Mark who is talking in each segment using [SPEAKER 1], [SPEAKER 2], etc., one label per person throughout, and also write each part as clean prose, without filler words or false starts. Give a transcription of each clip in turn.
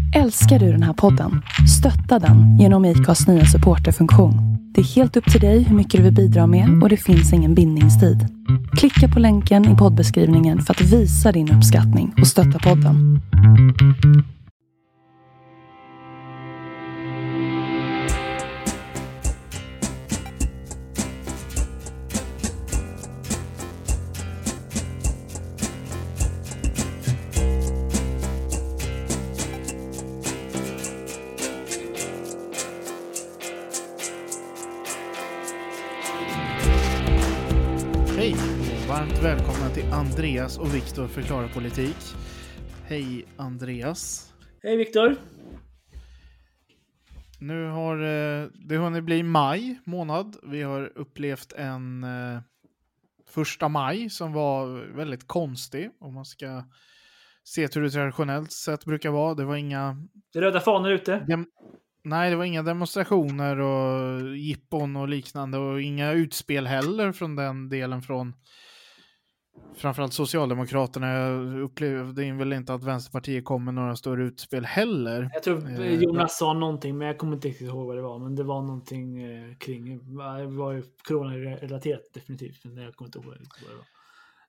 [SPEAKER 1] Älskar du den här podden? Stötta den genom IKAs nya supporterfunktion. Det är helt upp till dig hur mycket du vill bidra med och det finns ingen bindningstid. Klicka på länken i poddbeskrivningen för att visa din uppskattning och stötta podden.
[SPEAKER 2] Hej och varmt välkomna till Andreas och Viktor förklarar politik. Hej Andreas.
[SPEAKER 3] Hej Viktor.
[SPEAKER 2] Nu har det hunnit bli maj månad. Vi har upplevt en första maj som var väldigt konstig. Om man ska se hur det traditionellt sett brukar vara. Det var inga...
[SPEAKER 3] Det är röda fanor ute.
[SPEAKER 2] Nej, det var inga demonstrationer och jippon och liknande. Och inga utspel heller från den delen från framförallt Socialdemokraterna. Jag upplevde väl inte att Vänsterpartiet kom med några större utspel heller.
[SPEAKER 3] Jag tror Jonas sa någonting, men jag kommer inte riktigt ihåg vad det var. Men det var någonting kring... Det var ju corona-relaterat definitivt, men jag kommer inte ihåg vad det var.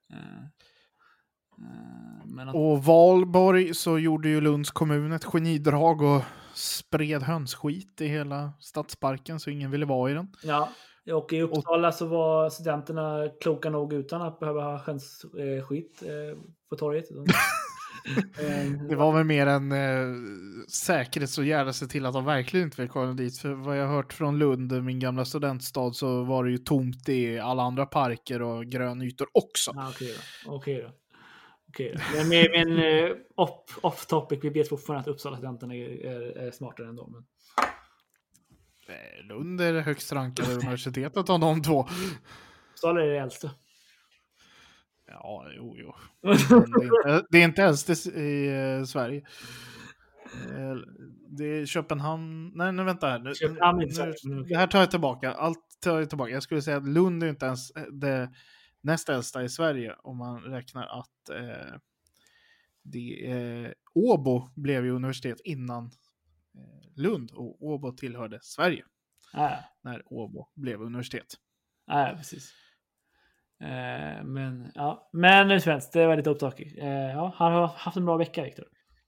[SPEAKER 3] Men att...
[SPEAKER 2] Och Valborg så gjorde ju Lunds kommun ett genidrag och spred hönsskit i hela stadsparken så ingen ville vara i den.
[SPEAKER 3] Ja, och i Uppsala så var studenterna kloka nog utan att behöva ha hönsskit på torget.
[SPEAKER 2] Det var väl mer en säkerhetsåtgärd att se till att de verkligen inte vill komma dit. För vad jag har hört från Lund, min gamla studentstad, så var det ju tomt i alla andra parker och grönytor också.
[SPEAKER 3] Ja, okej då. Men off topic, vi vet fortfarande att Uppsala-studenterna är smartare än dem. Men...
[SPEAKER 2] Lund är det högst rankade universitetet av de två.
[SPEAKER 3] Uppsala är det äldsta.
[SPEAKER 2] Ja, jo. Det är inte äldst i Sverige. Det är Köpenhamn. Nej, vänta här. Det här tar jag tillbaka. Allt tar jag tillbaka. Jag skulle säga att Lund är inte ens det näst äldsta i Sverige om man räknar att Åbo blev ju universitet innan Lund och Åbo tillhörde Sverige när Åbo blev universitet.
[SPEAKER 3] Ja, precis. Men nu svensk, det var lite upptakigt. Han har haft en bra vecka, Viktor.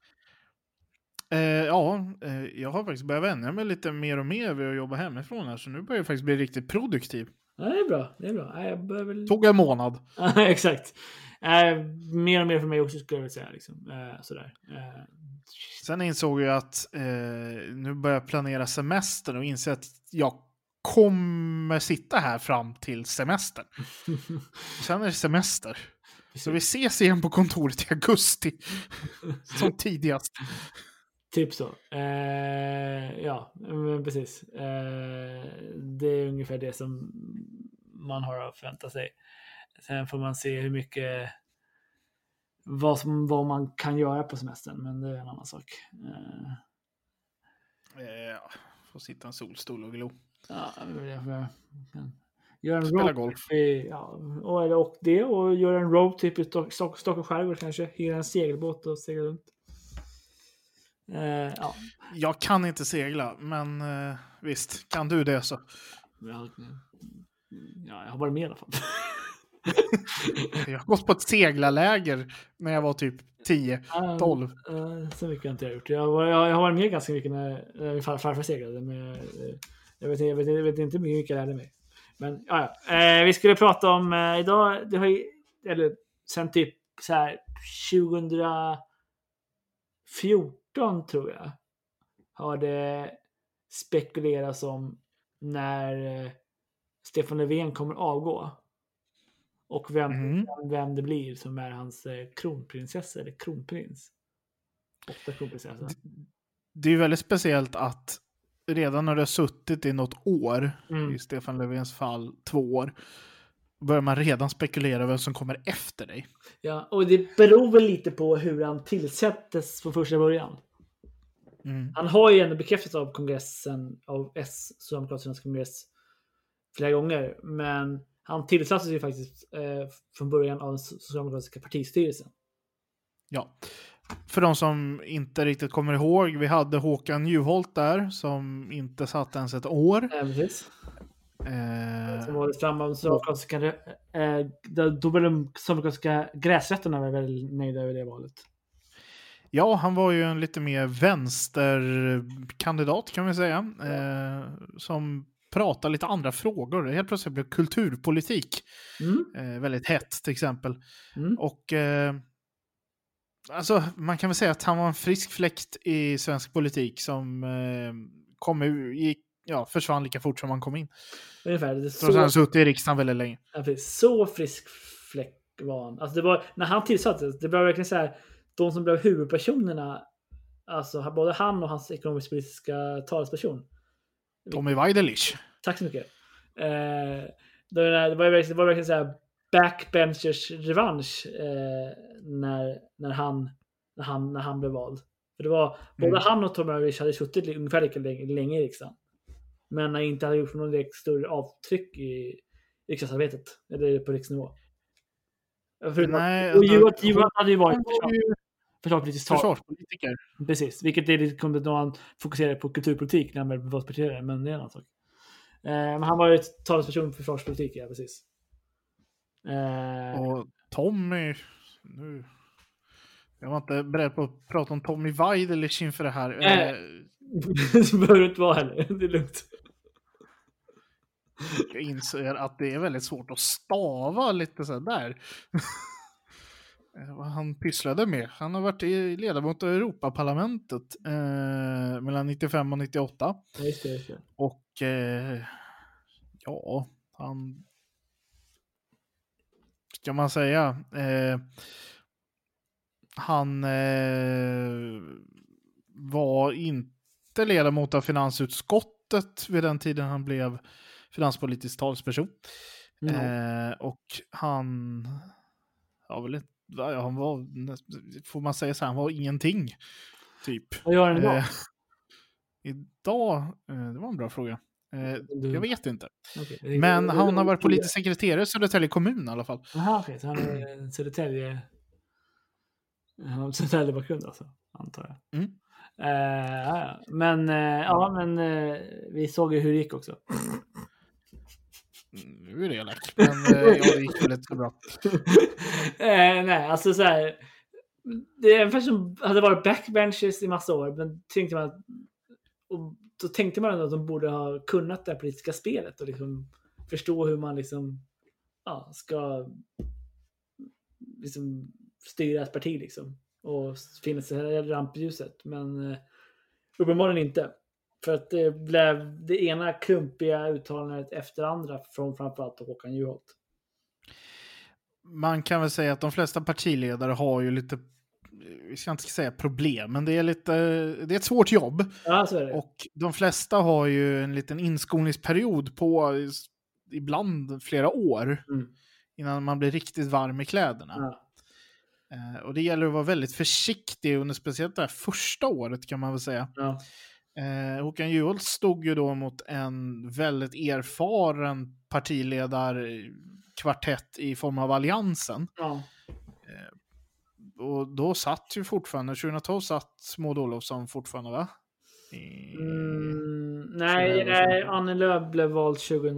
[SPEAKER 2] Jag har faktiskt börjat vänja mig lite mer och mer vid att jobba hemifrån här, så nu börjar jag faktiskt bli riktigt produktiv.
[SPEAKER 3] Ja, det är bra. Jag börjar väl...
[SPEAKER 2] Tog en månad.
[SPEAKER 3] Exakt. Mer och mer för mig också, skulle jag vilja säga. Liksom. Sådär.
[SPEAKER 2] Sen insåg jag att nu börjar jag planera semestern och inser att jag kommer sitta här fram till semestern. Sen är det semester. Så vi ses igen på kontoret i augusti. Som tidigast.
[SPEAKER 3] Typ så. Ja, men precis. Det är ungefär det som man har att förvänta sig. Sen får man se hur mycket vad man kan göra på semestern, men det är en annan sak.
[SPEAKER 2] Får sitta en solstol och glo.
[SPEAKER 3] Ja, göra en
[SPEAKER 2] spela
[SPEAKER 3] road
[SPEAKER 2] golf.
[SPEAKER 3] Och göra en roadtrip i Stockholms skärgård kanske. Hyra en segelbåt och segla runt. Ja.
[SPEAKER 2] Jag kan inte segla, men visst, kan du det så?
[SPEAKER 3] Ja, jag har varit med i alla fall.
[SPEAKER 2] Jag har gått på ett seglarläger när jag var typ 10-12.
[SPEAKER 3] Så mycket har inte jag gjort. Jag har varit med ganska mycket när min farfar seglade. Men jag vet inte hur mycket jag lärde mig. Men vi skulle prata om idag. Det har ju, eller sen typ så här 2014 tror jag. Har det spekulerats om när Stefan Löfven kommer avgå. Och vem det blir som är hans kronprinsessa eller kronprins. Ofta kronprinsessa.
[SPEAKER 2] Det är ju väldigt speciellt att redan när du har suttit i något år, i Stefan Löfvens fall 2 år, börjar man redan spekulera vem som kommer efter dig.
[SPEAKER 3] Ja, och det beror väl lite på hur han tillsättes från första början. Han har ju ändå bekräftat av kongressen, av Socialdemokraternas kongress flera gånger, men han tillsattes ju faktiskt från början av den socialdemokratiska partistyrelsen.
[SPEAKER 2] Ja, för de som inte riktigt kommer ihåg, vi hade Håkan Juholt där som inte satt ens ett år.
[SPEAKER 3] Precis. Som var lite fram av då var de socialdemokratiska gräsrötterna var väl nöjda över det valet.
[SPEAKER 2] Ja, han var ju en lite mer vänsterkandidat kan vi säga. Som pratar lite andra frågor. Helt plötsligt blev kulturpolitik väldigt hett till exempel. Och alltså, man kan väl säga att han var en frisk fläkt i svensk politik som försvann lika fort som han kom in.
[SPEAKER 3] Ungefär. Det
[SPEAKER 2] så han suttit i riksdagen väldigt länge.
[SPEAKER 3] Ja, så frisk fläck var han. Alltså det var, när han tillsattes, det var verkligen så här, de som blev huvudpersonerna, alltså både han och hans ekonomisk-politiska talesperson.
[SPEAKER 2] Tommy Waidelich.
[SPEAKER 3] Tack så mycket. Det var verkligen så här backbenchers revansch när han blev vald. För det var både han och Tommy Waidelich hade suttit ungefär lika länge i riksdagen. Men inte hade gjort någon direkt större avtryck i riksdagsarbetet eller på riksnivå.
[SPEAKER 2] Nej,
[SPEAKER 3] och Johan hade ju varit försvarspolitiker. Precis, vilket är kommer då han fokuserar på kulturpolitik när han blev valspartiledare, men det är en annan sak. Men han var ju ett talesperson för försvarspolitik, ja precis.
[SPEAKER 2] Och Tommy nu jag var inte beredd på att prata om Tommy Waidelich inför det här.
[SPEAKER 3] Det behöver inte vara heller, det är lugnt.
[SPEAKER 2] Jag inser att det är väldigt svårt att stava lite så där. Vad han pysslade med. Han har varit ledamot av Europaparlamentet mellan 95 och 98.
[SPEAKER 3] Just det.
[SPEAKER 2] Och han ska man säga han var inte ledamot av finansutskottet vid den tiden han blev finanspolitisk talsperson. Och han var, får man säga så här, han var ingenting typ.
[SPEAKER 3] Vad gör han idag?
[SPEAKER 2] Idag, det var en bra fråga. Jag vet inte.
[SPEAKER 3] Okay.
[SPEAKER 2] Men han har varit politisk sekreterare i Södertälje kommun i alla fall.
[SPEAKER 3] Jaha, okej. Så han är Södertälje. Han har Södertälje-bakgrund alltså, antar jag. Men vi såg ju hur det gick också.
[SPEAKER 2] Nu är det elakt. Men det gick väl inte så bra.
[SPEAKER 3] Nej, alltså så här. Det är ungefär som hade varit backbenchers i massa år, men då tänkte man att de borde ha kunnat det politiska spelet och liksom förstå hur man liksom ska liksom styra ett parti liksom och finna sig i rampljuset, men uppenbarligen inte, för att det blev det ena klumpiga uttalandet efter andra från framförallt Håkan Juholt.
[SPEAKER 2] Man kan väl säga att de flesta partiledare har ju lite, vi ska inte säga problem, men det är ett svårt jobb.
[SPEAKER 3] Ja, så är det. Och
[SPEAKER 2] de flesta har ju en liten inskolningsperiod på ibland flera år innan man blir riktigt varm i kläderna.
[SPEAKER 3] Ja.
[SPEAKER 2] Och det gäller att vara väldigt försiktig under speciellt det här första året kan man väl säga.
[SPEAKER 3] Ja.
[SPEAKER 2] Håkan Juholt stod ju då mot en väldigt erfaren partiledarkvartett i form av Alliansen.
[SPEAKER 3] Ja.
[SPEAKER 2] Och då satt ju fortfarande, 2012 satt Maud Olofsson fortfarande, va?
[SPEAKER 3] Nej, Annie Lööf blev vald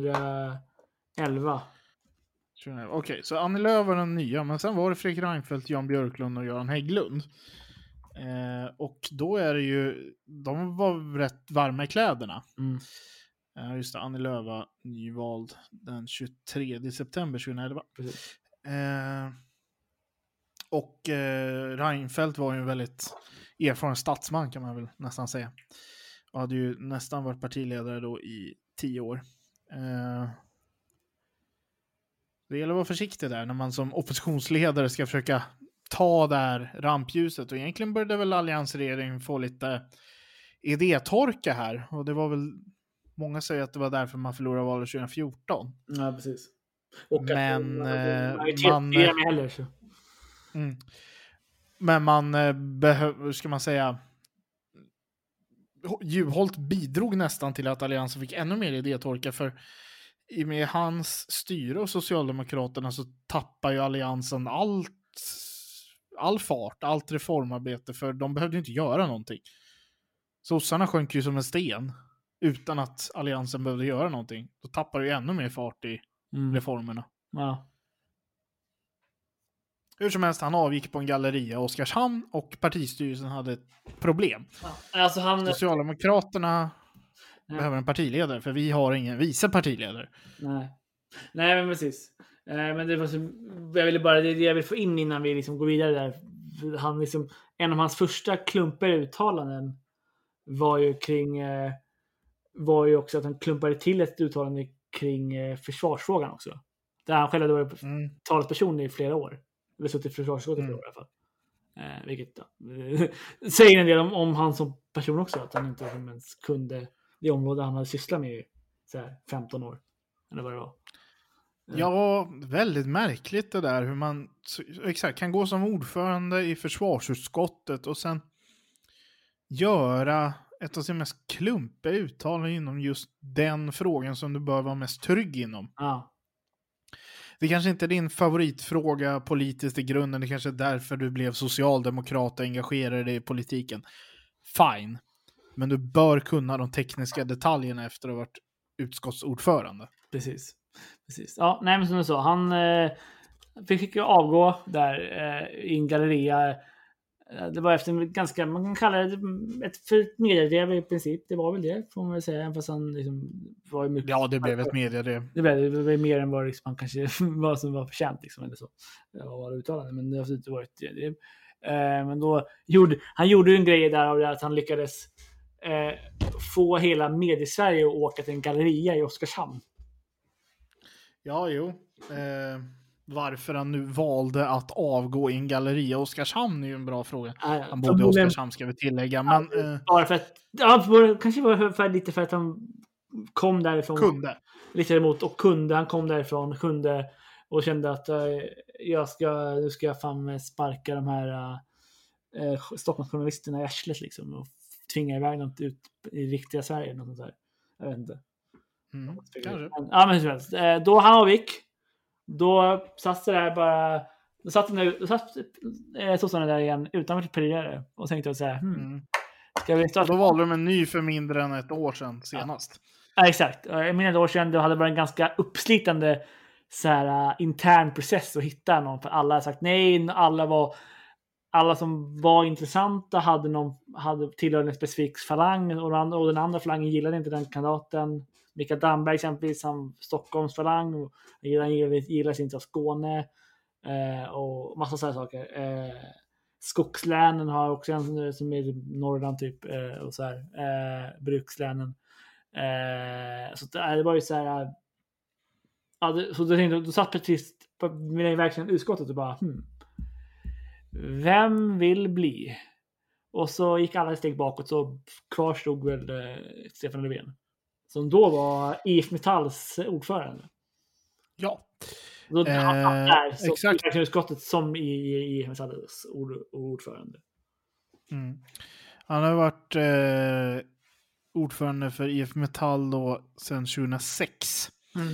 [SPEAKER 3] 2011.
[SPEAKER 2] Okej, så Annie Lööf var den nya, men sen var det Fredrik Reinfeldt, Jan Björklund och Göran Hägglund. Och då är det ju, de var rätt varma i kläderna. Just det, Annie Lööf var nyvald den 23 september 2011. Och Reinfeldt var ju en väldigt erfaren statsman kan man väl nästan säga. Och hade ju nästan varit partiledare då i 10 år. Det gäller att vara försiktig där när man som oppositionsledare ska försöka ta där rampljuset. Och egentligen började väl alliansregeringen få lite idétorka här. Och det var väl, många säger att det var därför man förlorade valet 2014.
[SPEAKER 3] Ja, precis. Och
[SPEAKER 2] men men man behöver, ska man säga, Juholt bidrog nästan till att alliansen fick ännu mer idétorka, för i med hans styre och Socialdemokraterna så tappar ju alliansen all fart, allt reformarbete, för de behövde inte göra någonting. Sossarna sjönk ju som en sten utan att alliansen behövde göra någonting. Då tappar det ju ännu mer fart i reformerna.
[SPEAKER 3] Ja.
[SPEAKER 2] Hur som helst, han avgick på en galleria i Oskarshamn och partistyrelsen hade ett problem.
[SPEAKER 3] Ja. Alltså
[SPEAKER 2] Socialdemokraterna behöver en partiledare, för vi har ingen vice partiledare.
[SPEAKER 3] Nej, men precis. Men det var så, jag ville bara det jag vill få in innan vi liksom går vidare där. Han liksom, en av hans första klumpar uttalanden var ju också att han klumpade till ett uttalande kring försvarsfrågan också. Där han själv hade varit talesperson i flera år. Eller suttit i försvarsutskottet i flera år i alla fall. Vilket säger en del om han som person också. Att han inte ens kunde det område han hade sysslat med i så här 15 år. Eller vad det var.
[SPEAKER 2] Ja, väldigt märkligt det där. Hur man kan gå som ordförande i försvarsutskottet och sen göra ett av sina mest klumpiga uttalanden inom just den frågan som du bör vara mest trygg inom.
[SPEAKER 3] Ja.
[SPEAKER 2] Det kanske inte är din favoritfråga politiskt i grunden. Det kanske är därför du blev socialdemokrat och engagerade dig i politiken. Fine. Men du bör kunna de tekniska detaljerna efter att ha varit utskottsordförande.
[SPEAKER 3] Precis. Ja, nej, men som du sa, han fick avgå där i en galleria. Det var efter ganska, man kan kalla det ett mediedrev i princip. Det var väl det, får man väl säga. Fast han liksom var mycket,
[SPEAKER 2] ja, det blev ett mediedrev.
[SPEAKER 3] Det blev mer än vad liksom han kanske var som var förtjänt liksom, eller så. Det var uttalande, men det har inte varit det. Men då han gjorde ju en grej där av det att han lyckades få hela Mediesverige att åka till en galleria i Oskarshamn.
[SPEAKER 2] Ja, jo. Varför han nu valde att avgå i en galleria i Oskarshamn är ju en bra fråga. Han bodde i Oskarshamn, ska vi tillägga. Men,
[SPEAKER 3] bara för att, kanske var lite för att han kom därifrån.
[SPEAKER 2] Kunde.
[SPEAKER 3] Lite emot och kunde. Han kom därifrån, kunde och kände att nu ska jag fan sparka de här Stockholmsjournalisterna i arslet liksom och tvinga iväg dem ut i riktiga Sverige. Något sånt där. Jag vet inte.
[SPEAKER 2] Kanske.
[SPEAKER 3] Ja, men hur som helst. Då han avgick. Då satt det där bara. Då satt sossarna där igen utanför partiledare och tänkte så här. Ska vi starta?
[SPEAKER 2] Då valde de en ny för mindre än ett år sedan senast.
[SPEAKER 3] Ja, exakt. Mindre än ett år sedan då hade det varit en ganska uppslitande så här, intern process att hitta någon. För alla hade sagt nej. Alla som var intressanta hade tillhört en specifik falang och den andra falangen gillade inte den kandidaten. Mikael Damberg exempelvis, han Stockholms falang och han gillas inte av Skåne och massa sådana saker. Skogslänen har också en som är Norrland typ och så här brukslänen. Så det var ju så här så då satt precis med verkligen utskottet och bara vem vill bli? Och så gick alla ett steg bakåt så kvar stod väl Stefan Löfven. Som då var IF Metalls ordförande.
[SPEAKER 2] Ja.
[SPEAKER 3] Då han där så
[SPEAKER 2] exakt.
[SPEAKER 3] I utskottet som i IF Metalls ordförande.
[SPEAKER 2] Han har varit ordförande för IF Metall då sedan 2006.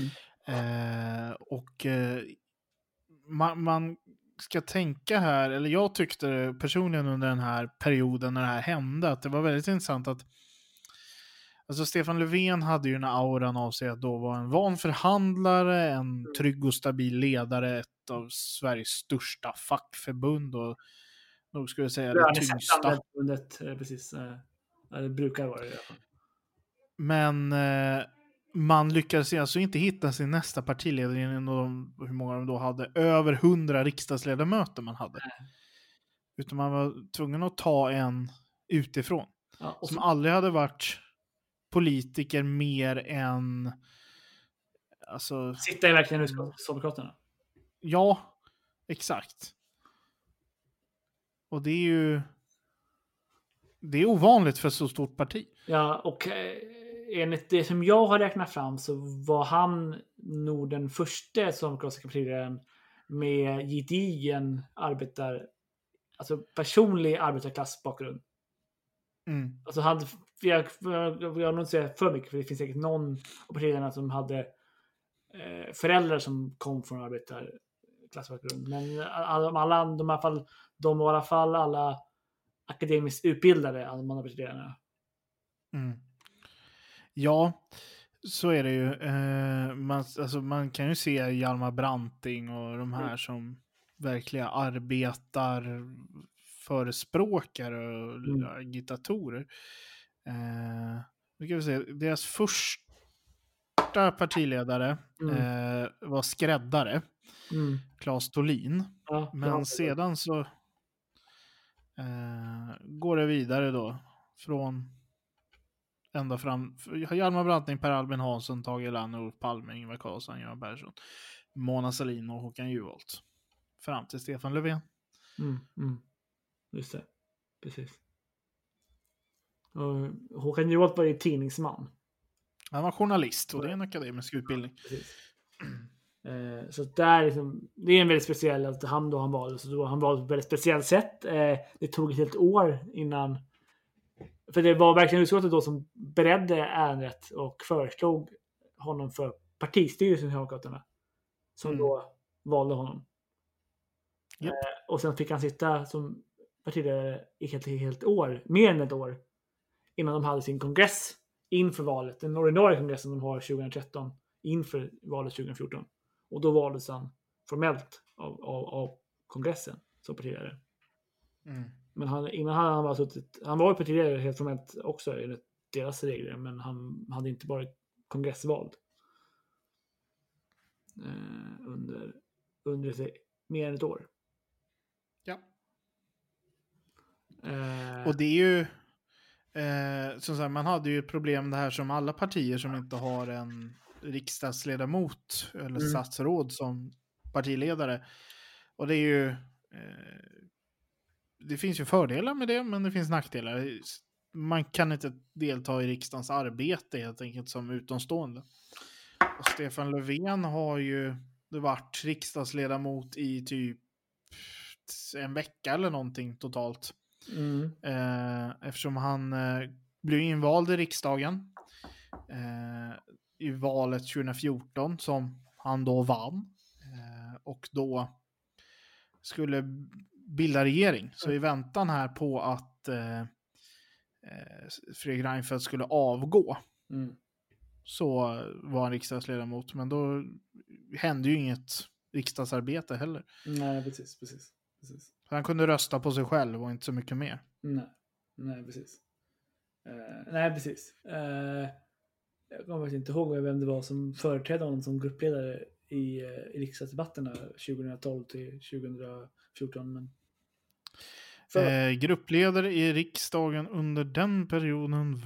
[SPEAKER 2] Man ska tänka här, eller jag tyckte personligen under den här perioden när det här hände att det var väldigt intressant att alltså Stefan Löfven hade ju en auran av sig att då vara en van förhandlare, en trygg och stabil ledare, ett av Sveriges största fackförbund och nog skulle jag säga det tyngsta.
[SPEAKER 3] Precis, det brukar vara det i alla fall.
[SPEAKER 2] Men man lyckades alltså inte hitta sin nästa partiledare inom hur många de då hade, över 100 riksdagsledamöter man hade. Utan man var tvungen att ta en utifrån. Ja, som aldrig hade varit politiker mer än alltså
[SPEAKER 3] sitta i verkligen Socialdemokraterna.
[SPEAKER 2] Ja, exakt. Och det är ovanligt för ett så stort parti.
[SPEAKER 3] Ja, och enligt det som jag har räknat fram så var han nog den första socialdemokratiska partiledaren med gedigen personlig arbetarklassbakgrund. Alltså jag nog inte säga för mycket, för det finns säkert någon av partiledarna som hade föräldrar som kom från klassbakgrund. Men de var i alla fall alla akademiskt utbildade mandatarierna.
[SPEAKER 2] Ja, så är det ju. Man kan ju se Hjalmar Branting och de här som verkliga arbetarförespråkare och agitatorer. Nu kan vi se, deras första partiledare var skräddare, Claes Tolin. Ja, men sedan så går det vidare då från ända fram Hjalmar Branting, Per Albin Hansson, Tage Erlander, Olof Palme, Ingvar Carlsson, Göran Persson, Mona Sahlin och Håkan Juholt. Fram till Stefan Löfven.
[SPEAKER 3] Just det. Precis. Och Håkan Juholt var ju tidningsman.
[SPEAKER 2] Han var journalist och det är en akademisk utbildning.
[SPEAKER 3] Så där liksom, det är en väldigt speciell att han valde. Så då han valde på ett väldigt speciellt sätt. Det tog ett helt år innan. För det var verkligen utskottet då som beredde ärendet och föreslog honom för partistyrelsen i Socialdemokraterna. Som då valde honom. Yep. Och sen fick han sitta som partiledare i helt år, mer än ett år, innan de hade sin kongress inför valet. Den ordinarie kongressen de har 2013 inför valet 2014. Och då valdes han formellt av kongressen som partiledare. Men innan han var suttit, han var ju partiledare helt formellt också enligt deras regler, men han hade inte varit kongressvald under mer än ett år.
[SPEAKER 2] Ja. Och det är ju som sagt, man hade ju ett problem det här som alla partier som inte har en riksdagsledamot eller statsråd som partiledare. Och det är ju det finns ju fördelar med det, men det finns nackdelar. Man kan inte delta i riksdagens arbete helt enkelt som utomstående. Och Stefan Löfven har ju varit riksdagsledamot i typ en vecka eller någonting totalt. Eftersom han blev invald i riksdagen i valet 2014 som han då vann. Och då skulle bilda regering. Så i väntan här på att Fredrik Reinfeldt skulle avgå så var han riksdagsledamot. Men då hände ju inget riksdagsarbete heller.
[SPEAKER 3] Nej, precis.
[SPEAKER 2] Han kunde rösta på sig själv och inte så mycket mer.
[SPEAKER 3] Nej, precis. Jag kommer inte ihåg vem det var som företrädde honom som gruppledare i riksdagsdebatterna 2012 till 2014. Men
[SPEAKER 2] gruppledare i riksdagen under den perioden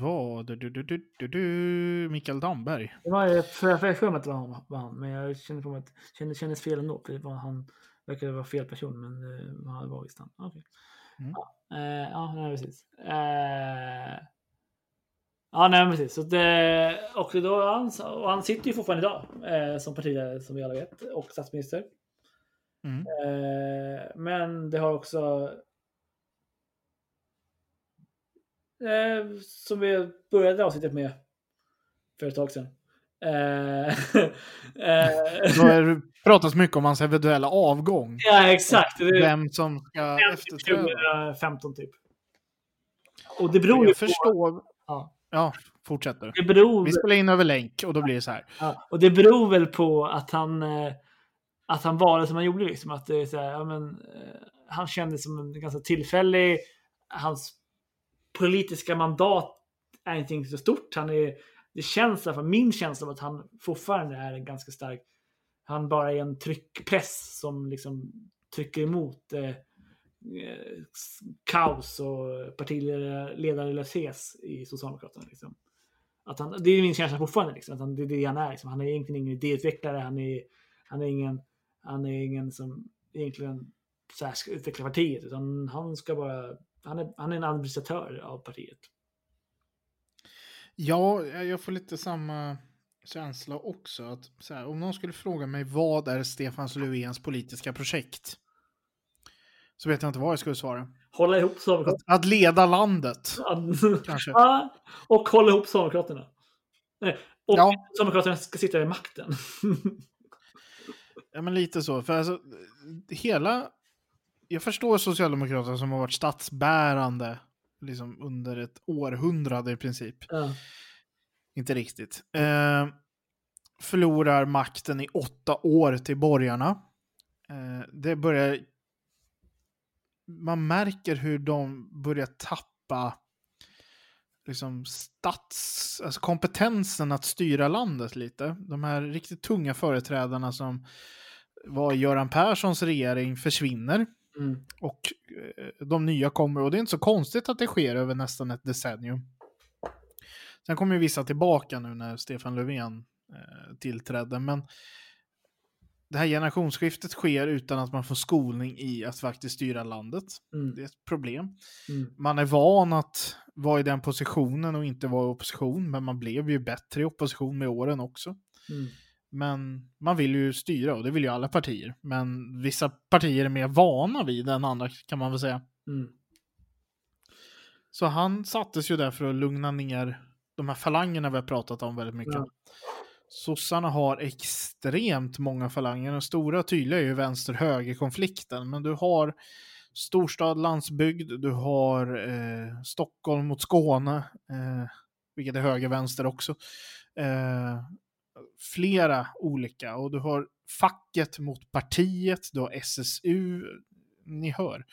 [SPEAKER 2] var Mikael Damberg.
[SPEAKER 3] Det var jag för mig att det var han, men jag kände på mig att det kändes fel ändå, för han verkade vara fel person, men han var visst han. Okay. Nej, precis. Precis. Så och då han sitter ju fortfarande idag som partiledare, som vi alla vet, och statsminister. Men det har också som vi började avsnittet med för ett tag sedan.
[SPEAKER 2] Då har det pratats mycket om hans eventuella avgång.
[SPEAKER 3] Ja, exakt.
[SPEAKER 2] Vem som ska efterträda.
[SPEAKER 3] 2015 typ. Och det beror ju på...
[SPEAKER 2] Ja, fortsätter. Vi spelar in över länk och då blir det så här.
[SPEAKER 3] Ja, och det beror väl på att han valde som han gjorde liksom, att det är så här, han kändes som en ganska tillfällig, hans politiska mandat är inte så stort. Det känns för min känsla av att han fortfarande är en ganska stark, han bara är en tryckpress som liksom trycker emot kaos och partiledarlöshet i Socialdemokraterna liksom. Det är min känsla fortfarande liksom, att det är det han är liksom. Han är egentligen ingen idéutvecklare, han är ingen som egentligen så här ska utveckla partiet, utan han är en administratör av partiet.
[SPEAKER 2] Ja, jag får lite samma känsla också, att så här, om någon skulle fråga mig vad är Stefan Löfvens politiska projekt, så vet jag inte vad jag skulle svara.
[SPEAKER 3] Hålla ihop Socialdemokraterna.
[SPEAKER 2] Att leda landet. Kanske.
[SPEAKER 3] Ja, och hålla ihop Socialdemokraterna. Och Socialdemokraterna ska sitta i makten.
[SPEAKER 2] Ja, men lite så. För alltså, jag förstår Socialdemokraterna som har varit statsbärande liksom under ett århundrade i princip.
[SPEAKER 3] Ja.
[SPEAKER 2] Inte riktigt. Förlorar makten i 8 år till borgarna. Det börjar... Man märker hur de börjar tappa liksom alltså kompetensen att styra landet lite. De här riktigt tunga företrädarna som var Göran Perssons regering försvinner. Och de nya kommer, och det är inte så konstigt att det sker över nästan ett decennium. Sen kommer ju vissa tillbaka nu när Stefan Löfven tillträdde, men det här generationsskiftet sker utan att man får skolning i att faktiskt styra landet. Det är ett problem. Man är van att vara i den positionen och inte vara i opposition, men man blev ju bättre i opposition med åren också. Men man vill ju styra, och det vill ju alla partier. Men vissa partier är mer vana vid än andra, kan man väl säga. Så han sattes ju där för att lugna ner de här falangerna vi har pratat om väldigt mycket. Sossarna har extremt många falanger. Den stora tydliga är ju vänster-höger-konflikten. Men du har storstad, landsbygd, du har Stockholm mot Skåne, vilket är höger-vänster också. Flera olika, och du har facket mot partiet, du har SSU, ni hör.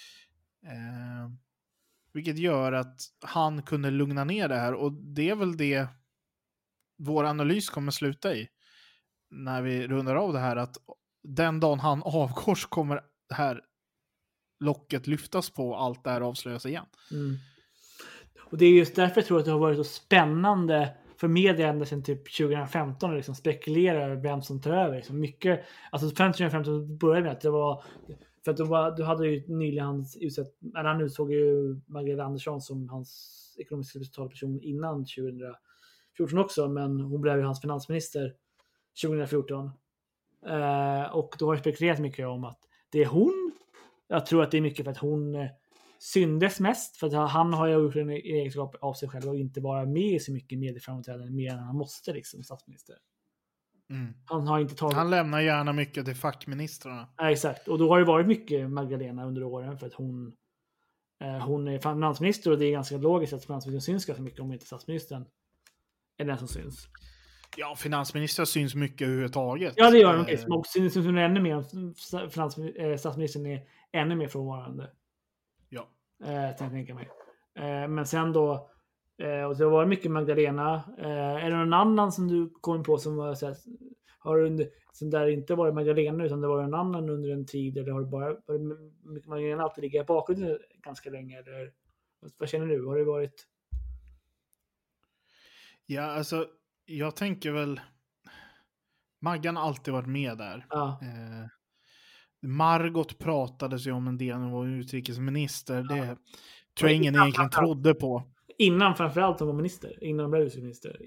[SPEAKER 2] Vilket gör att han kunde lugna ner det här, och det är väl det vår analys kommer sluta i när vi rundar av det här, att den dagen han avgår så kommer det här locket lyftas på och allt det här avslöjas igen.
[SPEAKER 3] Och det är just därför jag tror att det har varit så spännande för media ända sedan typ 2015 att liksom spekulera över vem som tar över. Så mycket, alltså 2015 började med att det var, för att du hade ju nyligen han utsåg ju Magdalena Andersson som hans ekonomiska talperson innan 2014 också, men hon blev ju hans finansminister 2014. Och då har jag spekulerat mycket om att det är hon. Jag tror att det är mycket för att hon syndes mest, för att han har ju gjort en egenskap av sig själv och inte vara med så mycket medieframträdanden mer än han måste liksom, statsminister. Han har inte tagit...
[SPEAKER 2] Han lämnar gärna mycket till fackministrarna.
[SPEAKER 3] Ja, exakt, och då har det varit mycket Magdalena under åren, för att hon är finansminister, och det är ganska logiskt att finansministern syns ganska mycket om inte statsministern är den som syns.
[SPEAKER 2] Ja, finansminister syns mycket överhuvudtaget.
[SPEAKER 3] Ja, det gör de. Och syns ännu mer, statsministern är ännu mer frånvarande.
[SPEAKER 2] Ja.
[SPEAKER 3] Tänker mig. Men sen då, och det var mycket Magdalena. Är det någon annan som du kom på som var så här, som där inte var Magdalena utan det var en annan under en tid, eller har det bara mycket Magdalena alltid ligga i bakgrunden ganska länge, eller vad känner du? Har det varit?
[SPEAKER 2] Ja, alltså jag tänker väl Maggan har alltid varit med där.
[SPEAKER 3] Ja.
[SPEAKER 2] Margot pratades ju om en del när hon var utrikesminister. Det tror jag ingen egentligen trodde på.
[SPEAKER 3] Innan framförallt hon var minister. Innan hon blev utrikesminister.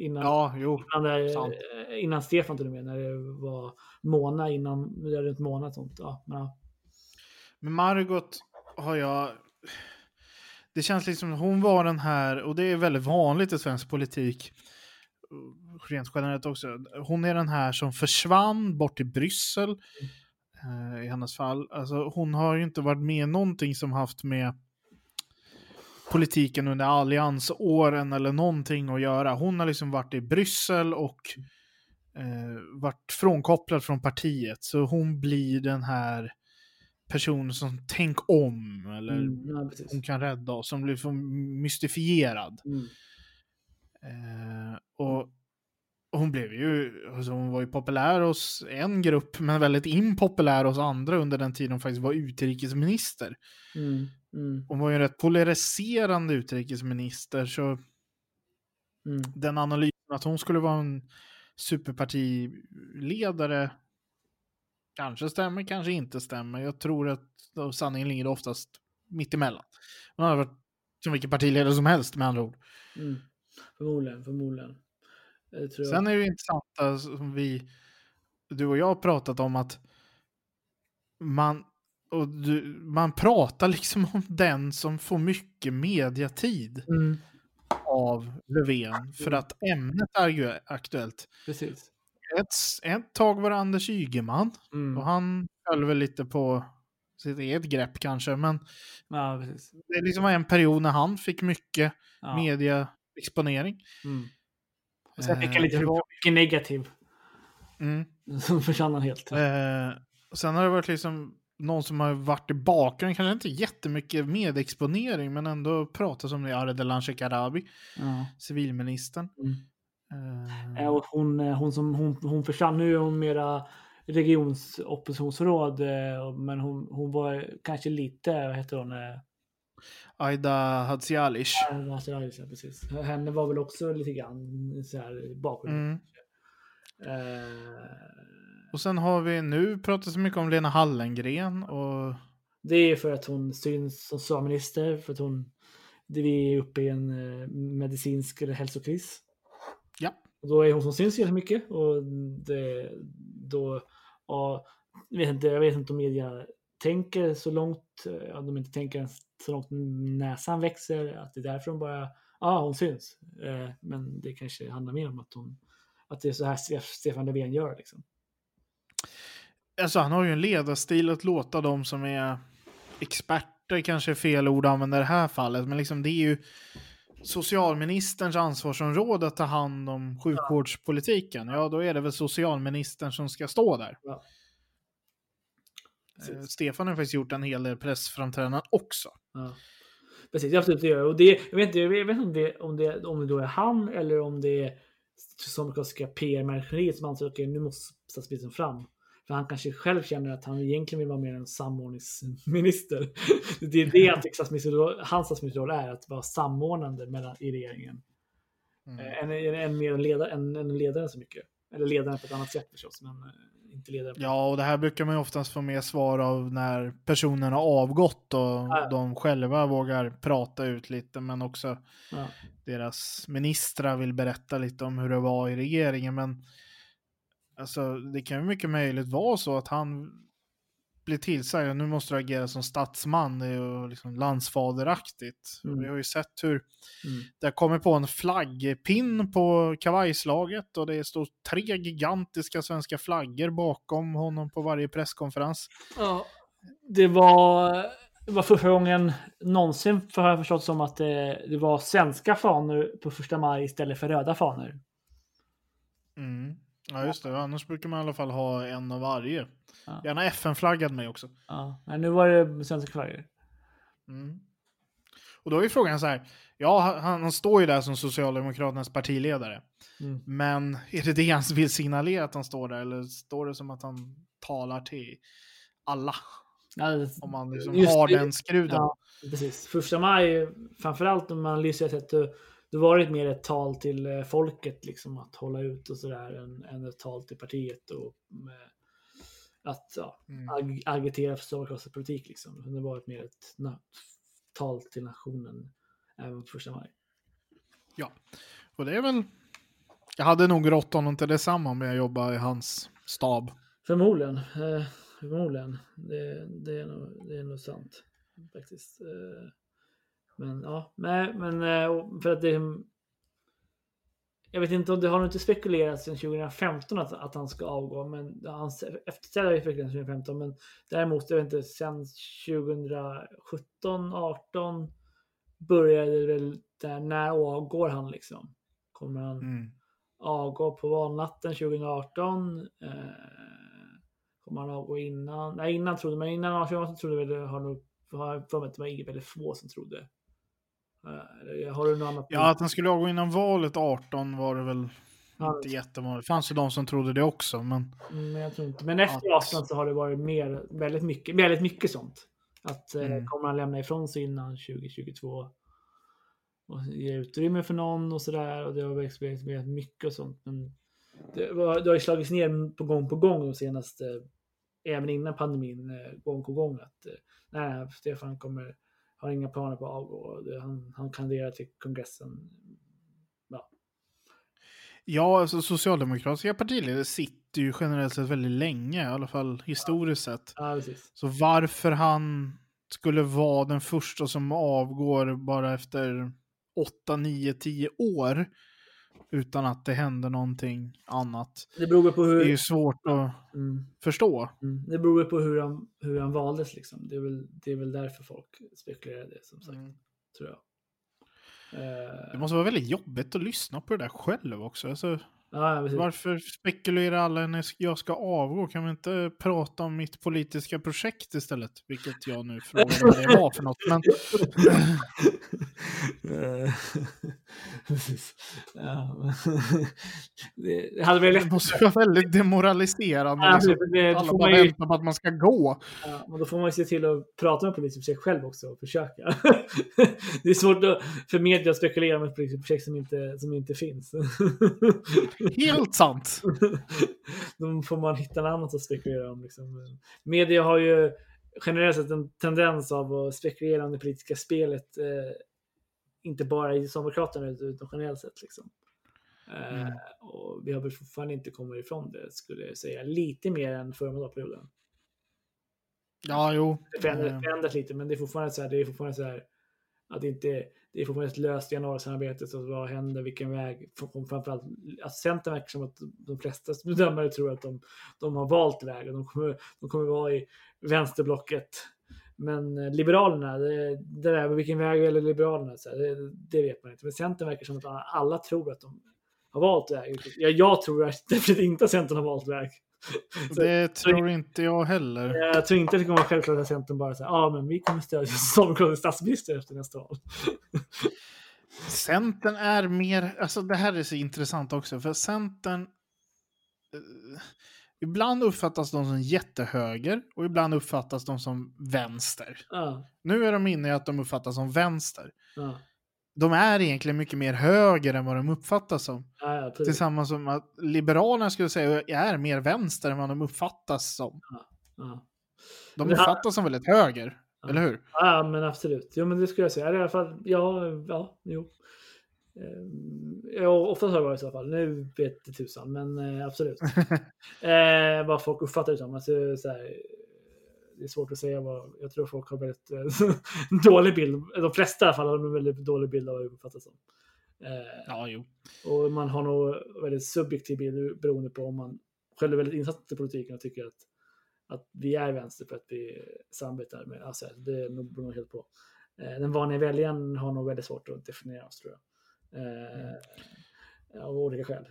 [SPEAKER 3] Innan Stefan till och med. När det var Mona innan. Det är runt Mona sånt. Ja.
[SPEAKER 2] Men Margot har jag... Det känns liksom hon var den här, och det är väldigt vanligt i svensk politik rent generellt också. Hon är den här som försvann bort till Bryssel i hennes fall. Alltså hon har ju inte varit med någonting som haft med politiken under alliansåren eller någonting att göra. Hon har liksom varit i Bryssel och varit frånkopplad från partiet. Så hon blir den här personen som tänk om, eller hon kan rädda oss, som blir för mystifierad. Och hon blev ju, alltså hon var ju populär hos en grupp men väldigt impopulär hos andra under den tiden hon faktiskt var utrikesminister. Hon var ju en rätt polariserande utrikesminister, så den analysen att hon skulle vara en superpartiledare kanske stämmer, kanske inte stämmer. Jag tror att sanningen ligger oftast mitt emellan. Hon hade varit som vilken partiledare som helst med andra ord.
[SPEAKER 3] Förmodligen.
[SPEAKER 2] Sen är det ju intressant som du och jag har pratat om, att man pratar liksom om den som får mycket mediatid av Löfven för att ämnet är ju aktuellt.
[SPEAKER 3] Precis.
[SPEAKER 2] ett tag var det Anders Ygeman. Och han höll väl lite på sitt eget grepp kanske. Men
[SPEAKER 3] ja, precis.
[SPEAKER 2] det liksom var en period när han fick mycket mediaexponering.
[SPEAKER 3] Och sen fick han lite mycket negativ. Som försvann han helt.
[SPEAKER 2] Sen har det varit liksom någon som har varit i bakgrunden, kanske inte jättemycket medexponering, men ändå pratas om det, Ardalan Shekarabi, civilministern.
[SPEAKER 3] Och hon försvann. Nu är hon mera regionsoppositionsråd, men hon var kanske lite, vad heter hon?
[SPEAKER 2] Aida Hadzialic.
[SPEAKER 3] Ja, precis. Henne var väl också lite grann så här bakgrund.
[SPEAKER 2] Och sen har vi nu pratat så mycket om Lena Hallengren. Och
[SPEAKER 3] det är för att hon syns som socialminister, för att vi är uppe i en medicinsk eller hälsokris.
[SPEAKER 2] Ja.
[SPEAKER 3] Och då är hon som syns jätte mycket. Och jag vet inte om media tänker så långt, om de inte tänker så långt näsan växer, att det är därför de bara, hon syns. Men det kanske handlar mer om att det är så här Stefan Löfven gör liksom.
[SPEAKER 2] Alltså han har ju en ledarstil att låta de som är experter, kanske är fel ord att använda i det här fallet, men liksom det är ju socialministerns ansvarsområde att ta hand om sjukvårdspolitiken. Ja, då är det väl socialministern som ska stå där. Ja. Stefan har faktiskt gjort en hel del pressframträdanden också.
[SPEAKER 3] Ja. Precis, absolut det gör. Och det, jag vet inte om det då är han eller om det är socialdemokratiska PR-maskineriet som ansöker, nu måste statsministern fram. För han kanske själv känner att han egentligen vill vara mer en samordningsminister. Det är det hans statsministerroll är, att vara samordnande i regeringen. En mer ledaren så mycket. Eller ledaren på ett annat sätt förstås, men inte ledaren.
[SPEAKER 2] Ja, och det här brukar man ju oftast få mer svar av när personen har avgått och de själva vågar prata ut lite, men också deras ministrar vill berätta lite om hur det var i regeringen. Men alltså, det kan ju mycket möjligt vara så att han blir tillsagd, nu måste du agera som statsman, det är ju liksom landsfaderaktigt. Vi har ju sett hur det har kommit på en flaggpinn på kavajslaget och det står 3 gigantiska svenska flaggor bakom honom på varje presskonferens.
[SPEAKER 3] Ja, det var första gången någonsin, för har jag förstått som att det var svenska fanor på 1 maj istället för röda fanor.
[SPEAKER 2] Ja, just det. Annars brukar man i alla fall ha en av varje. Ja. Gärna FN-flaggad med också.
[SPEAKER 3] Ja, men nu var det svenska flaggor.
[SPEAKER 2] Och då är frågan så här. Ja, han står ju där som Socialdemokraternas partiledare. Men är det han vill signalera att han står där? Eller står det som att han talar till alla? Ja, om man liksom har den skruden.
[SPEAKER 3] Ja, precis. 1 maj, framförallt om man lyssnar sett det varit mer ett tal till folket liksom, att hålla ut och sådär än ett tal till partiet och att agitera för socialdemokratisk politik liksom. Det varit mer ett tal till nationen även på 1 maj.
[SPEAKER 2] Ja, och det är väl, jag hade nog rått honom till detsamma om jag jobbar i hans stab.
[SPEAKER 3] Förmodligen. Det är nog sant faktiskt. Men ja, men för att det, jag vet inte om det har inte spekulerats sedan 2015 att han ska avgå, men han efterträdare är 2015, men däremot jag vet inte, sen 2017 18 började det väl där, när avgår han liksom? Kommer han avgå på valnatten 2018? Kommer han avgå innan? Nej, innan trodde man, innan 2018 trodde väl, har för mig att det var väldigt få som trodde. Har du något annat?
[SPEAKER 2] Ja, att han skulle avgå innan valet 18 var det väl inte jättemånga. Det fanns ju de som trodde det också, men
[SPEAKER 3] jag tror inte. Men efter 18 så har det varit väldigt mycket sånt. Att kommer han lämna ifrån sig innan 2022 och ge utrymme för någon och sådär, och det har växt mycket och sånt, men det har ju slagits ner på gång de senaste, även innan pandemin, gång på gång att nej, Stefan har inga planer på att avgå. Han kandiderar till kongressen.
[SPEAKER 2] Ja, alltså socialdemokratiska partiledare sitter ju generellt sett väldigt länge, i alla fall historiskt sett.
[SPEAKER 3] Ja, precis.
[SPEAKER 2] Så varför han skulle vara den första som avgår bara efter 8, 9, 10 år utan att det händer någonting annat.
[SPEAKER 3] Det beror på hur...
[SPEAKER 2] Det är ju svårt att förstå.
[SPEAKER 3] Det beror på hur han valdes liksom. Det är väl därför folk spekulerar det, som sagt. Tror jag.
[SPEAKER 2] Det måste vara väldigt jobbigt att lyssna på det där själv också. Alltså,
[SPEAKER 3] ja,
[SPEAKER 2] varför spekulerar alla när jag ska avgå? Kan vi inte prata om mitt politiska projekt istället? Vilket jag nu frågar vad det var för något. Men... det måste vara väldigt demoraliserande. Alla bara väntar på att man ska gå.
[SPEAKER 3] Ja, men då får man ju se till att prata med politiska projekt själv också och försöka. Det är svårt för media att spekulera med ett politiskt projekt som inte finns.
[SPEAKER 2] Helt sant.
[SPEAKER 3] Då får man hitta något annat att spekulera om. Liksom. Media har ju generellt sett en tendens av att spekulera om det politiska spelet, inte bara i Socialdemokraterna utan generellt sett. Liksom. Och vi har väl fortfarande inte kommit ifrån det, skulle jag säga. Lite mer än förra mandatperioden.
[SPEAKER 2] Ja, jo.
[SPEAKER 3] Det förändras lite, men det är fortfarande så här att det är fortfarande ett löst januarisamarbete, så vad händer, vilken väg, framförallt att Centern verkar som att de flesta bedömare tror att de har valt väg och de kommer vara i vänsterblocket, men Liberalerna, det där vilken väg eller Liberalerna, så det vet man inte, men Centern verkar som att alla tror att de har valt väg. Jag tror definitivt inte att Centern har valt väg.
[SPEAKER 2] Det tror inte jag heller.
[SPEAKER 3] Jag tror inte att det kommer vara självklart att Centern bara säger men vi kommer stödja socialdemokratisk statsminister efter nästa val.
[SPEAKER 2] Centern är mer, alltså det här är så intressant också, för Centern ibland uppfattas de som jättehöger och ibland uppfattas de som vänster. Nu är de inne i att de uppfattas som vänster. De är egentligen mycket mer höger än vad de uppfattas som. Tillsammans som att Liberalerna skulle säga är mer vänster än vad de uppfattas som. De uppfattas som väldigt höger, eller hur?
[SPEAKER 3] Ja, men absolut. Jo, men det skulle jag säga. I alla fall, jo. Oftast har det varit i alla fall. Nu vet det tusan, men absolut. Vad folk uppfattar det som. Alltså, så här, det är svårt att säga jag tror folk har väldigt dålig bild. De flesta i alla fall har en väldigt dålig bild av vad det uppfattas som. Och man har nog väldigt subjektiv bild beroende på om man själv är väldigt insatt i politiken och tycker att vi är vänster för att vi samarbetar med. Alltså, det beror nog helt på. Den vanliga väljaren har nog väldigt svårt att definiera oss, tror jag. Av olika skäl.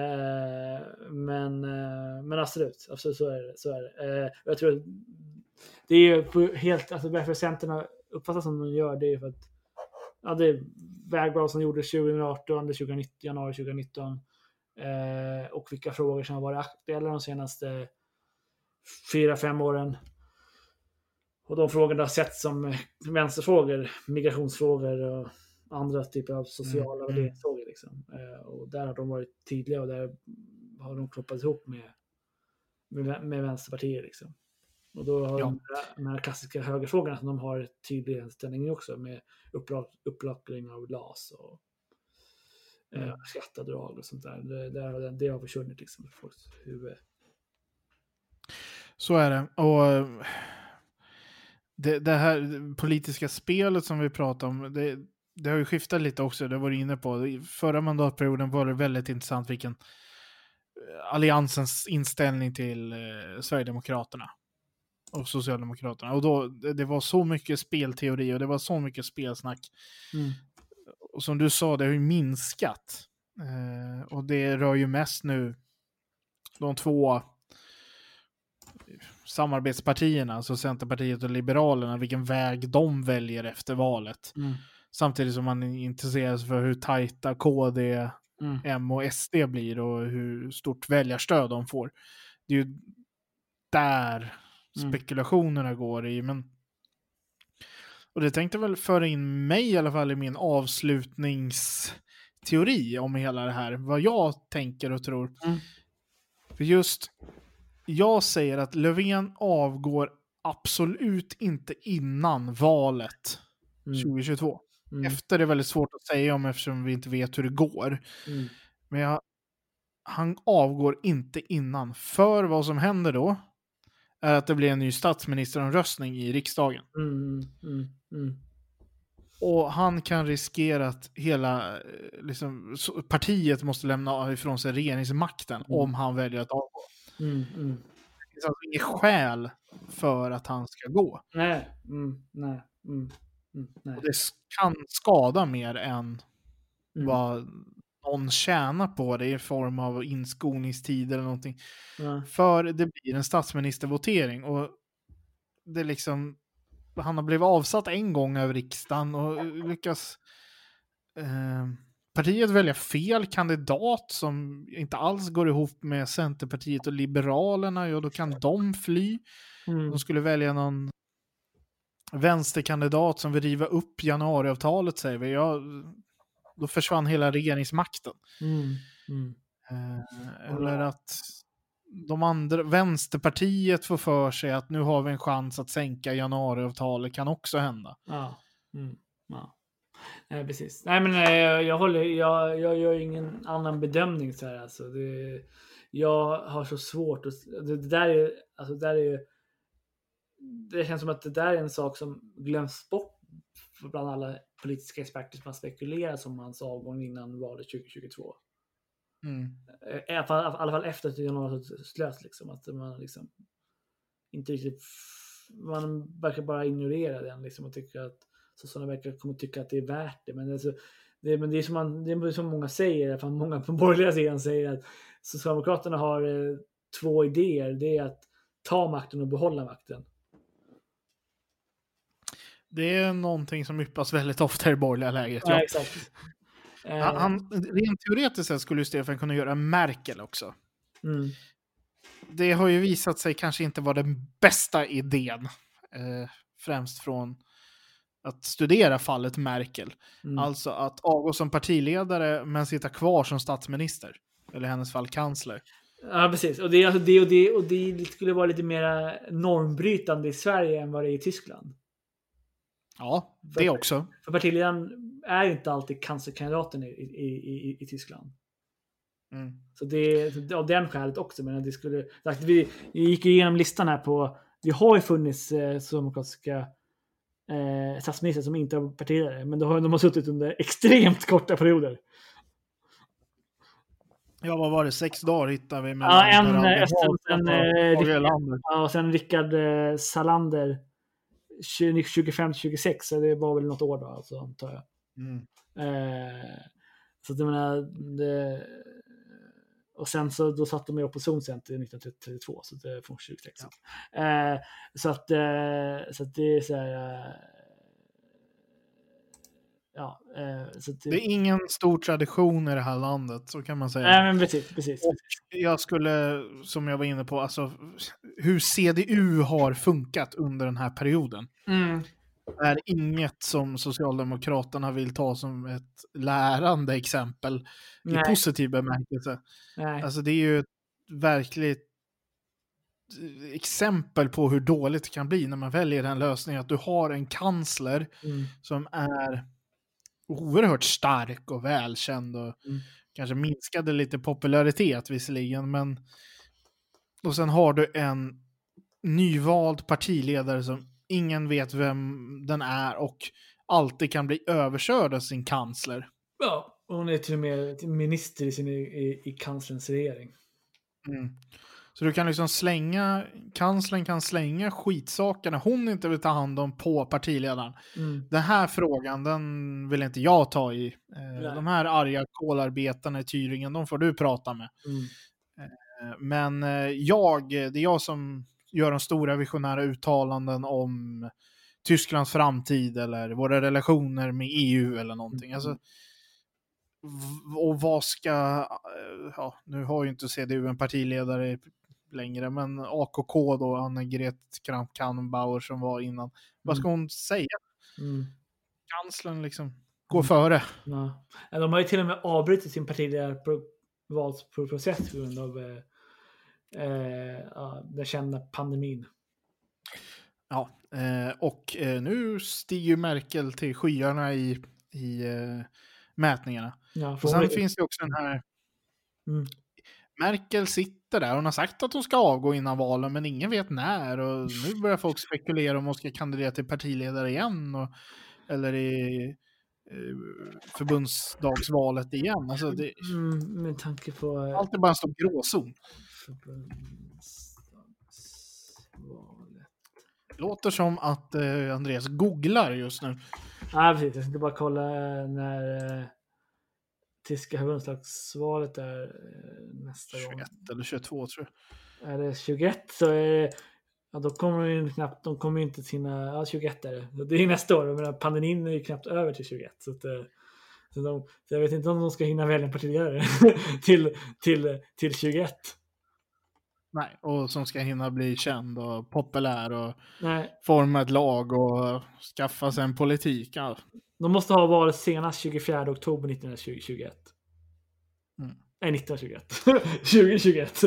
[SPEAKER 3] Men absolut så är det. Jag tror det är helt, alltså varför Centern har uppfattat som de gör, det är för att det är vägval som gjordes 2018, januari 2019, och vilka frågor som har varit aktuella de senaste 4-5 åren. Och de frågorna har sett som vänsterfrågor, migrationsfrågor och andra typer av sociala värderingsfrågor. Liksom. Och där har de varit tydliga och där har de kloppat ihop med vänsterpartier. Liksom. Och då har de här klassiska högerfrågorna som de har tydlig inställning också, med upplackring av LAS och skatteavdrag och sånt där. Det har försvunnit liksom, folks huvud.
[SPEAKER 2] Så är det. Och det här politiska spelet som vi pratar om, det har ju skiftat lite också. Det var du inne på. I förra mandatperioden var det väldigt intressant vilken alliansens inställning till Sverigedemokraterna och Socialdemokraterna. Och då, det var så mycket spelteori och det var så mycket spelsnack. Och som du sa, det har ju minskat. Och det rör ju mest nu de två samarbetspartierna, alltså Centerpartiet och Liberalerna, vilken väg de väljer efter valet. Samtidigt som man intresserar sig för hur tajta KD, M och SD blir och hur stort väljarstöd de får. Det är ju där spekulationerna går i. Och det tänkte väl föra in mig i alla fall i min avslutningsteori om hela det här. Vad jag tänker och tror. För just jag säger att Löfven avgår absolut inte innan valet 2022. Efter är väldigt svårt att säga om eftersom vi inte vet hur det går. Men han avgår inte innan. För vad som händer då är att det blir en ny statsministeromröstning i riksdagen. Och han kan riskera att hela partiet måste lämna ifrån sig regeringsmakten om han väljer att avgå. Det finns alltså inget skäl för att han ska gå.
[SPEAKER 3] Nej.
[SPEAKER 2] Och det kan skada mer än vad någon tjänar på det i form av inskolningstid eller någonting. För det blir en statsministervotering och det liksom, han har blivit avsatt en gång över riksdagen och lyckas partiet välja fel kandidat som inte alls går ihop med Centerpartiet och Liberalerna, och då kan de fly. De skulle välja någon vänsterkandidat som vill riva upp januariavtalet, säger vi. Då försvann hela regeringsmakten. Eller att de andra, Vänsterpartiet får för sig att nu har vi en chans att sänka januariavtalet, kan också hända.
[SPEAKER 3] Ja. Nej, precis. Nej, men jag gör ingen annan bedömning så här, alltså. Jag har så svårt att, det känns som att det där är en sak som glöms bort bland alla politiska experter som har spekulerat som hans avgång innan valet 2022. I alla fall efter att januariavtalet slöts, liksom, att man liksom inte riktigt, man verkar bara ignorera den, liksom, och tycker att sådana verkar kommer tycka att det är värt det, men alltså, det är som många säger, för många på borgerliga sidan säger att Socialdemokraterna har två idéer. Det är att ta makten och behålla makten.
[SPEAKER 2] Det är någonting som yppas väldigt ofta i det borgerliga läget.
[SPEAKER 3] Ja, exakt.
[SPEAKER 2] Rent teoretiskt sett skulle Stefan kunna göra Merkel också. Det har ju visat sig kanske inte vara den bästa idén. Främst från att studera fallet Merkel. Alltså att avgå som partiledare men sitta kvar som statsminister. Eller i hennes fall kansler.
[SPEAKER 3] Ja, precis. Och det skulle vara lite mer normbrytande i Sverige än vad det är i Tyskland.
[SPEAKER 2] Ja, det också.
[SPEAKER 3] För partiledaren är ju inte alltid kanslerkandidaten i Tyskland. Så det är av den skälet också. Men det skulle, vi gick ju igenom listan här på, det har ju funnits socialdemokratiska statsminister som inte har partiledare, men de har suttit under extremt korta perioder.
[SPEAKER 2] Ja, vad var det? 6 dagar hittade vi med.
[SPEAKER 3] Ja, sen Rickard Salander 25-26, så det var väl något år då, alltså, antar jag. Så att jag menar, och sen så då satt de i opposition sen till 1932, så det från 2026. Så att det är så här,
[SPEAKER 2] det är ingen stor tradition i det här landet, så kan man säga.
[SPEAKER 3] Nej, men precis.
[SPEAKER 2] Och jag skulle, som jag var inne på, alltså hur CDU har funkat under den här perioden är inget som Socialdemokraterna vill ta som ett lärande exempel i positiv bemärkelse. Alltså det är ju ett verkligt exempel på hur dåligt det kan bli när man väljer den lösningen att du har en kansler som är oerhört stark och välkänd och kanske minskade lite popularitet visserligen, men och sen har du en nyvald partiledare som ingen vet vem den är och alltid kan bli överkörd av sin kansler.
[SPEAKER 3] Ja, hon är till och med minister i kanslerns regering.
[SPEAKER 2] Så du kan liksom kanslern kan slänga skitsakerna hon inte vill ta hand om på partiledaren. Den här frågan, den vill inte jag ta i. De här arga kolarbetarna i Thüringen, de får du prata med. Men det är jag som gör de stora visionära uttalanden om Tysklands framtid eller våra relationer med EU eller någonting. Alltså, och vad ska, nu har ju inte CDU en partiledare längre, men AKK då, Annegret Kramp-Karrenbauer som var innan. Vad ska hon säga? Kanslern liksom går före.
[SPEAKER 3] Ja. De har ju till och med avbrutit sin partiledarvalsprocess på grund av den kända pandemin.
[SPEAKER 2] Ja, och nu stiger Merkel till skyarna i mätningarna. Ja, och sen finns det också den här Merkel sitter där. Hon har sagt att hon ska avgå innan valen, men ingen vet när. Och nu börjar folk spekulera om hon ska kandidera till partiledare igen. Och eller i förbundsdagsvalet igen. Alltså
[SPEAKER 3] med tanke på...
[SPEAKER 2] allt är bara en stor gråzon.
[SPEAKER 3] Förbundsdagsvalet.
[SPEAKER 2] Låter som att Andreas googlar just nu.
[SPEAKER 3] Ja, precis. Jag ska bara kolla när tyska förbundsdagsvalet är nästa
[SPEAKER 2] 21
[SPEAKER 3] gång.
[SPEAKER 2] eller 22 tror jag.
[SPEAKER 3] Är det 21 så är det... Ja, då kommer ju knappt... De kommer ju inte till sina... Ja, 21 är det. Det är nästa år. Men pandemin är ju knappt över till 21. Så jag vet inte om de ska hinna välja en partiledare till 21.
[SPEAKER 2] Nej, och som ska hinna bli känd och populär och
[SPEAKER 3] Nej.
[SPEAKER 2] forma ett lag och skaffa sig en politik. Ja.
[SPEAKER 3] De måste ha varit senast 24 oktober 1921. Nej, 1921. 2021.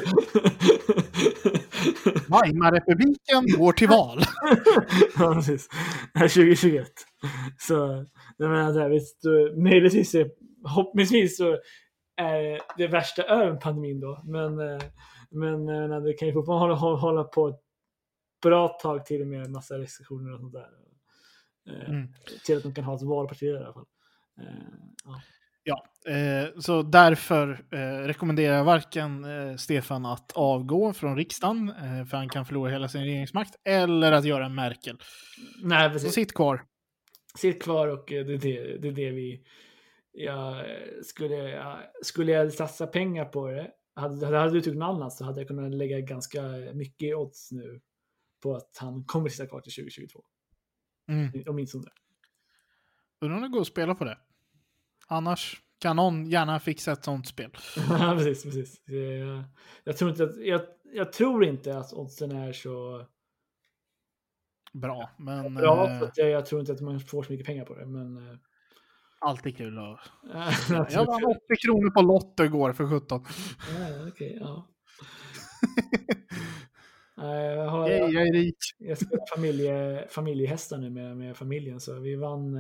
[SPEAKER 2] Weimarrepubliken går till val.
[SPEAKER 3] Ja, precis. 2021. Så jag menar, visst, möjligtvis hoppningsvis så är det värsta över pandemin då. Men det kan ju fortfarande hålla på ett bra tag till med en massa restriktioner och sånt där. Till att de kan ha ett valparti i alla fall.
[SPEAKER 2] Ja, så därför rekommenderar jag varken Stefan att avgå från riksdagen, för han kan förlora hela sin regeringsmakt, eller att göra en Merkel.
[SPEAKER 3] Nej, precis.
[SPEAKER 2] Så sitt kvar.
[SPEAKER 3] Sitt kvar, och det är det vi... Skulle jag satsa pengar på det, hade du tyckt något annat, så hade jag kunnat lägga ganska mycket odds nu på att han kommer sitta kvar till 2022. Åtminstone.
[SPEAKER 2] Undrar om det går att spela på det. Annars kan någon gärna fixa ett sånt spel.
[SPEAKER 3] Ja, precis. Jag tror inte att oddsen är så
[SPEAKER 2] bra. Men,
[SPEAKER 3] bra, så jag tror inte att man får så mycket pengar på det. Men
[SPEAKER 2] alltid kul att... jag vann 80 kronor på Lotto igår för 17.
[SPEAKER 3] Okej, ja.
[SPEAKER 2] Jag är rik.
[SPEAKER 3] Jag spelar familjehästar nu med familjen, så vi vann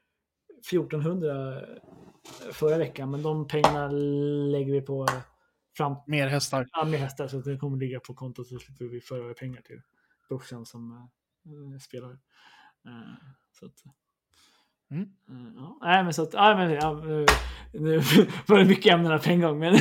[SPEAKER 3] 1400 förra veckan, men de pengarna lägger vi på
[SPEAKER 2] mer hästar.
[SPEAKER 3] Ja, mer hästar, så det kommer ligga på kontot, så slipper vi föra över pengar till brorsan som spelar. Så att nej, men så att nu var det mycket ämnen på en gång, men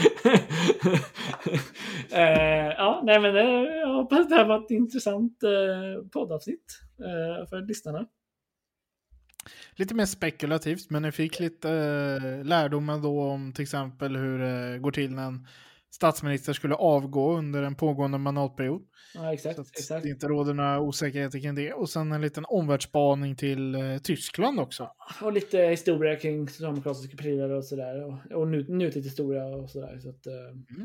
[SPEAKER 3] nej, men jag hoppas att det här var ett intressant poddavsnitt för lyssnarna.
[SPEAKER 2] Lite mer spekulativt, men ni fick lite lärdomar då om till exempel hur det går till när en statsminister skulle avgå under en pågående mandatperiod.
[SPEAKER 3] Ja, exakt.
[SPEAKER 2] Så att det inte råder några osäkerheter kring det. Och sen en liten omvärldsspaning till Tyskland också.
[SPEAKER 3] Och lite historia kring socialdemokratiska partier och sådär. Och nutidshistoria och sådär. Så att,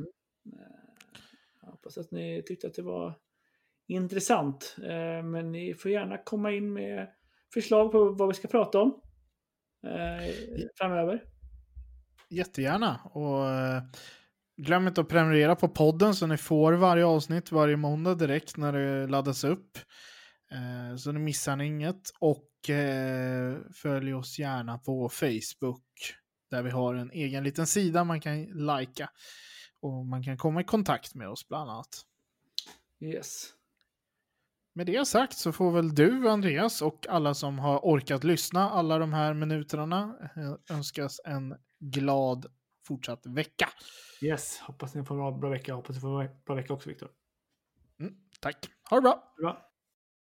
[SPEAKER 3] jag hoppas att ni tyckte att det var intressant. Men ni får gärna komma in med förslag på vad vi ska prata om framöver.
[SPEAKER 2] Jättegärna. Och glöm inte att prenumerera på podden så ni får varje avsnitt varje måndag direkt när det laddas upp. Så ni missar inget. Och följ oss gärna på Facebook, där vi har en egen liten sida man kan likea. Och man kan komma i kontakt med oss bland annat.
[SPEAKER 3] Yes.
[SPEAKER 2] Med det sagt så får väl du, Andreas, och alla som har orkat lyssna alla de här minuterna önskas en glad fortsatt vecka.
[SPEAKER 3] Yes, hoppas ni får en bra vecka. Hoppas ni får en bra vecka också, Viktor.
[SPEAKER 2] Tack. Ha det bra.
[SPEAKER 3] Bra.